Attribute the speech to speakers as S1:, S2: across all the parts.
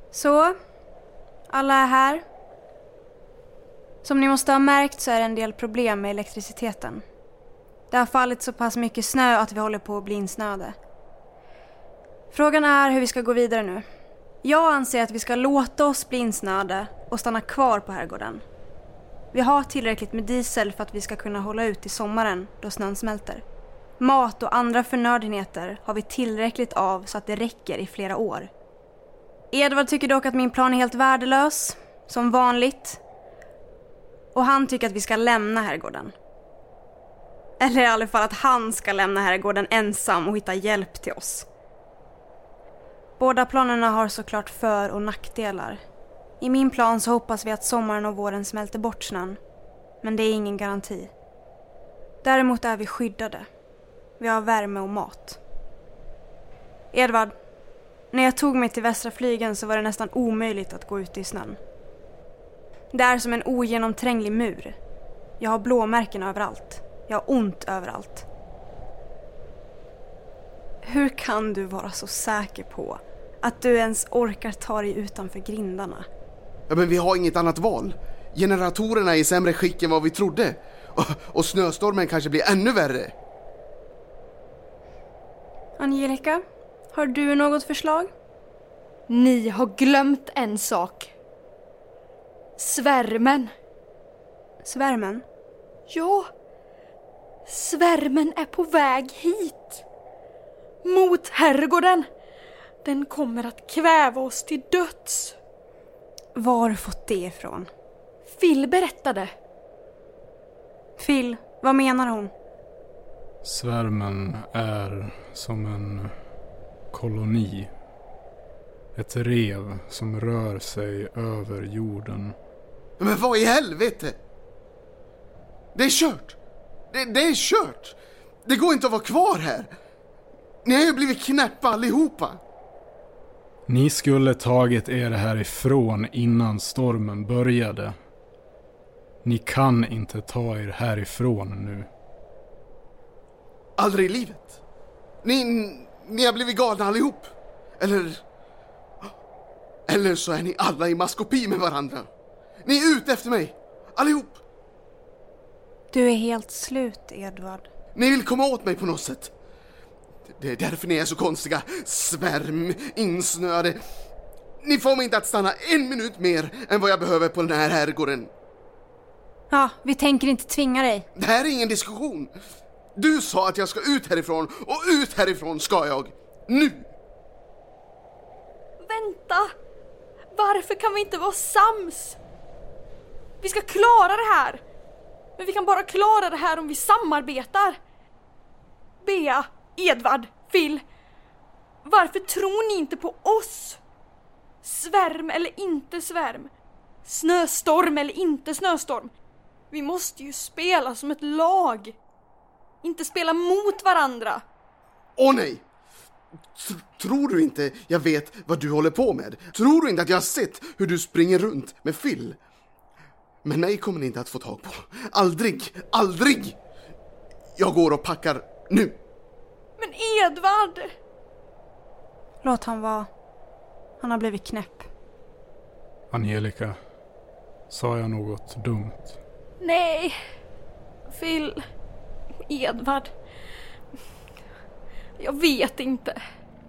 S1: Så, alla är här. Som ni måste ha märkt så är det en del problem med elektriciteten. Det har fallit så pass mycket snö att vi håller på att bli insnöade. Frågan är hur vi ska gå vidare nu. Jag anser att vi ska låta oss bli insnöade och stanna kvar på herrgården. Vi har tillräckligt med diesel för att vi ska kunna hålla ut i sommaren då snön smälter. Mat och andra förnödenheter har vi tillräckligt av så att det räcker i flera år. Edvard tycker dock att min plan är helt värdelös, som vanligt. Och han tycker att vi ska lämna herrgården. Eller i alla fall att han ska lämna herrgården ensam och hitta hjälp till oss. Båda planerna har såklart för- och nackdelar. I min plan så hoppas vi att sommaren och våren smälter bort snön. Men det är ingen garanti. Däremot är vi skyddade. Vi har värme och mat. Edvard, när jag tog mig till Västra Flygen så var det nästan omöjligt att gå ute i snön. Det är som en ogenomtränglig mur. Jag har blåmärken överallt. Jag har ont överallt. Hur kan du vara så säker på att du ens orkar ta dig utanför grindarna?
S2: Ja, men vi har inget annat val. Generatorerna är i sämre skick än vad vi trodde. Och snöstormen kanske blir ännu värre.
S1: Angelica, har du något förslag?
S3: Ni har glömt en sak. Svärmen.
S1: Svärmen?
S3: Ja, svärmen är på väg hit. Mot herrgården. Den kommer att kväva oss till döds.
S1: Var har du fått det ifrån?
S3: Phil berättade.
S1: Phil, vad menar hon?
S4: Svärmen är som en koloni. Ett rev som rör sig över jorden.
S2: Men vad i helvete? Det är kört. Det är kört. Det går inte att vara kvar här. Ni har ju blivit knäppa allihopa.
S4: Ni skulle tagit er härifrån innan stormen började. Ni kan inte ta er härifrån nu.
S2: Aldrig i livet. Ni har blivit galna allihop. Eller så är ni alla i maskopi med varandra. Ni är ute efter mig. Allihop.
S1: Du är helt slut, Edvard.
S2: Ni vill komma åt mig på något sätt. Det är därför ni är så konstiga. Svärm, insnöade. Ni får mig inte att stanna en minut mer än vad jag behöver på den här herrgården.
S1: Ja, vi tänker inte tvinga dig.
S2: Det här är ingen diskussion. Du sa att jag ska ut härifrån och ut härifrån ska jag. Nu!
S3: Vänta! Varför kan vi inte vara sams? Vi ska klara det här. Men vi kan bara klara det här om vi samarbetar. Bea, Edvard, Phil. Varför tror ni inte på oss? Svärm eller inte svärm? Snöstorm eller inte snöstorm? Vi måste ju spela som ett lag. Inte spela mot varandra.
S2: Åh nej! Tror du inte jag vet vad du håller på med? Tror du inte att jag har sett hur du springer runt med Phil? Men mig kommer ni inte att få tag på. Aldrig, aldrig! Jag går och packar nu.
S3: Men Edvard!
S1: Låt han vara. Han har blivit knäpp.
S4: Angelica, sa jag något dumt?
S3: Nej. Phil. Edvard. Jag vet inte.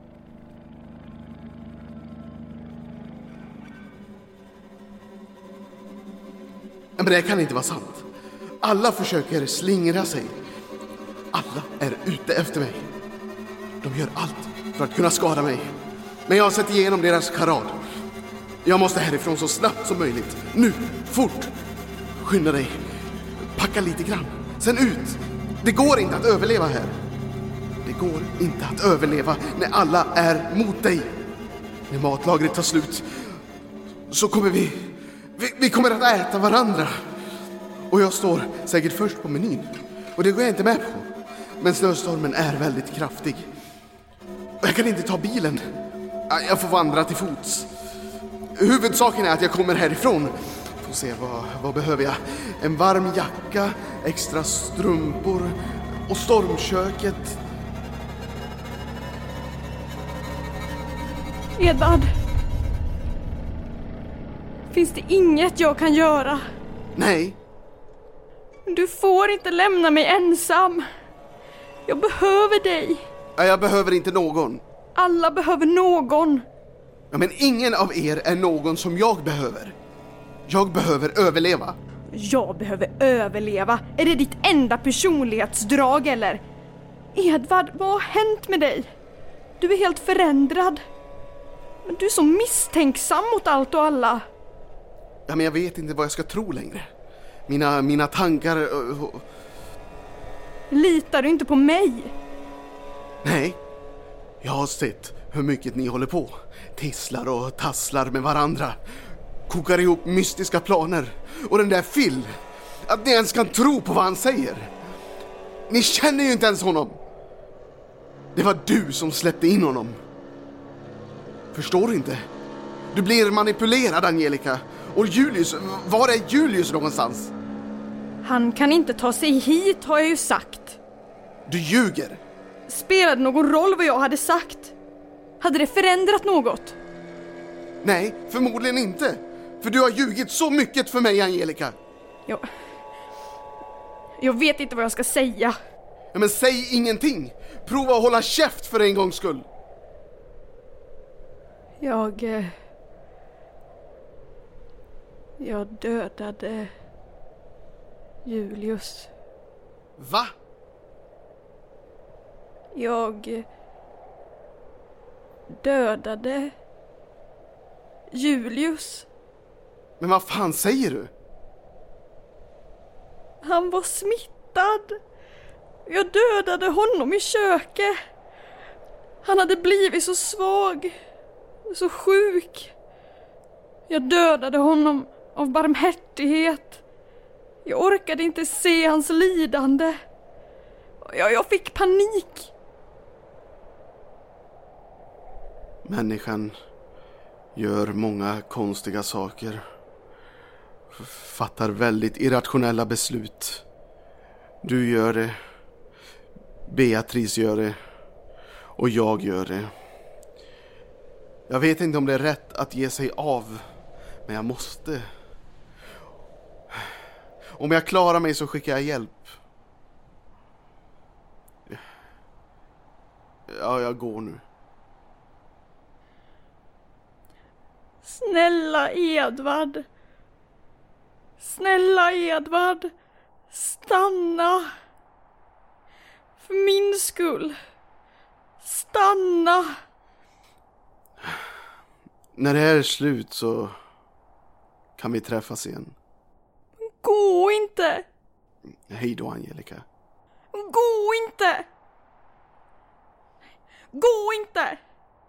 S2: Men det kan inte vara sant. Alla försöker slingra sig. Alla är ute efter mig. De gör allt för att kunna skada mig. Men jag har sett igenom deras karad. Jag måste härifrån så snabbt som möjligt. Nu, fort. Skynda dig. Packa lite grann. Sen ut. Det går inte att överleva här. Det går inte att överleva när alla är mot dig. När matlagret tar slut så kommer vi kommer att äta varandra. Och jag står säkert först på menyn. Och det går jag inte med på. Men snöstormen är väldigt kraftig. Och jag kan inte ta bilen. Jag får vandra till fots. Huvudsaken är att jag kommer härifrån. Får se, vad behöver jag? En varm jacka, extra strumpor och stormköket.
S3: Edvard. finns det inget jag kan göra.
S2: Nej.
S3: Du får inte lämna mig ensam. Jag behöver dig.
S2: Jag behöver inte någon.
S3: Alla behöver någon.
S2: Ja, men ingen av er är någon som jag behöver. Jag behöver överleva.
S3: Jag behöver överleva. Är det ditt enda personlighetsdrag eller? Edvard, vad har hänt med dig? Du är helt förändrad. Men du är så misstänksam mot allt och alla.
S2: Ja, men jag vet inte vad jag ska tro längre. Mina tankar...
S3: Litar du inte på mig?
S2: Nej. Jag har sett hur mycket ni håller på. Tisslar och tasslar med varandra. Kokar ihop mystiska planer. Och den där Phil. Att ni ens kan tro på vad han säger. Ni känner ju inte ens honom. Det var du som släppte in honom. Förstår du inte? Du blir manipulerad, Angelica. Och Julius, var är Julius någonstans?
S3: Han kan inte ta sig hit, har jag ju sagt.
S2: Du ljuger.
S3: Spelade någon roll vad jag hade sagt? Hade det förändrat något?
S2: Nej, förmodligen inte. För du har ljugit så mycket för mig, Angelica.
S3: Jag vet inte vad jag ska säga.
S2: Ja, men säg ingenting. Prova att hålla käft för en gångs skull.
S3: Jag dödade Julius.
S2: Va?
S3: Jag dödade Julius.
S2: Men vad fan säger du?
S3: Han var smittad. Jag dödade honom i köket. Han hade blivit så svag, så sjuk. Jag dödade honom av barmhärtighet. Jag orkade inte se hans lidande. Jag fick panik.
S2: Människan gör många konstiga saker. Fattar väldigt irrationella beslut. Du gör det. Beatrice gör det. Och jag gör det. Jag vet inte om det är rätt att ge sig av. Men jag måste. Om jag klarar mig så skickar jag hjälp. Ja, jag går nu.
S3: Snälla Edvard. Snälla Edvard. Stanna. För min skull. Stanna.
S2: När det här är slut så kan vi träffas igen.
S3: Gå inte.
S2: Hej då, Angelica.
S3: Gå inte. Gå inte.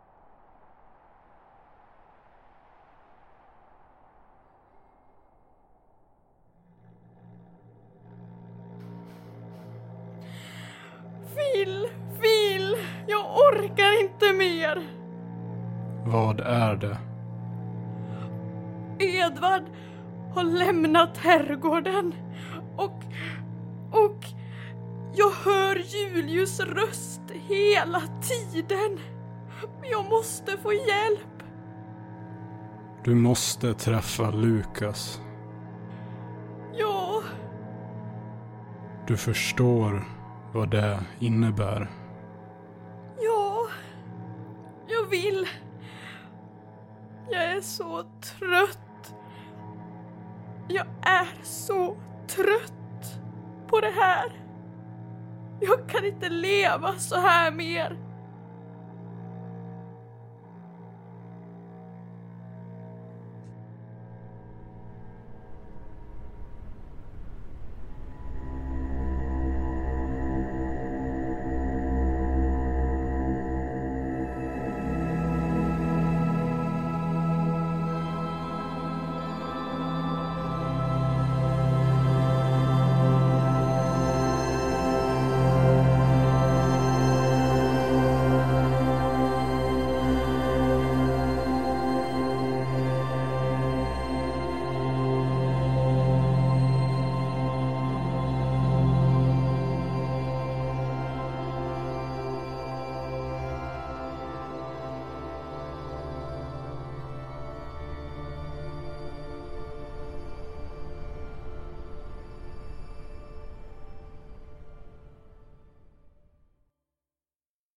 S3: Phil, jag orkar inte mer.
S4: Vad är det?
S3: Edvard har lämnat herrgården och jag hör Julius röst hela tiden. Jag måste få hjälp.
S4: Du måste träffa Lukas.
S3: Ja.
S4: Du förstår vad det innebär.
S3: Ja, jag vill. Jag är så trött. Jag är så trött på det här. Jag kan inte leva så här mer.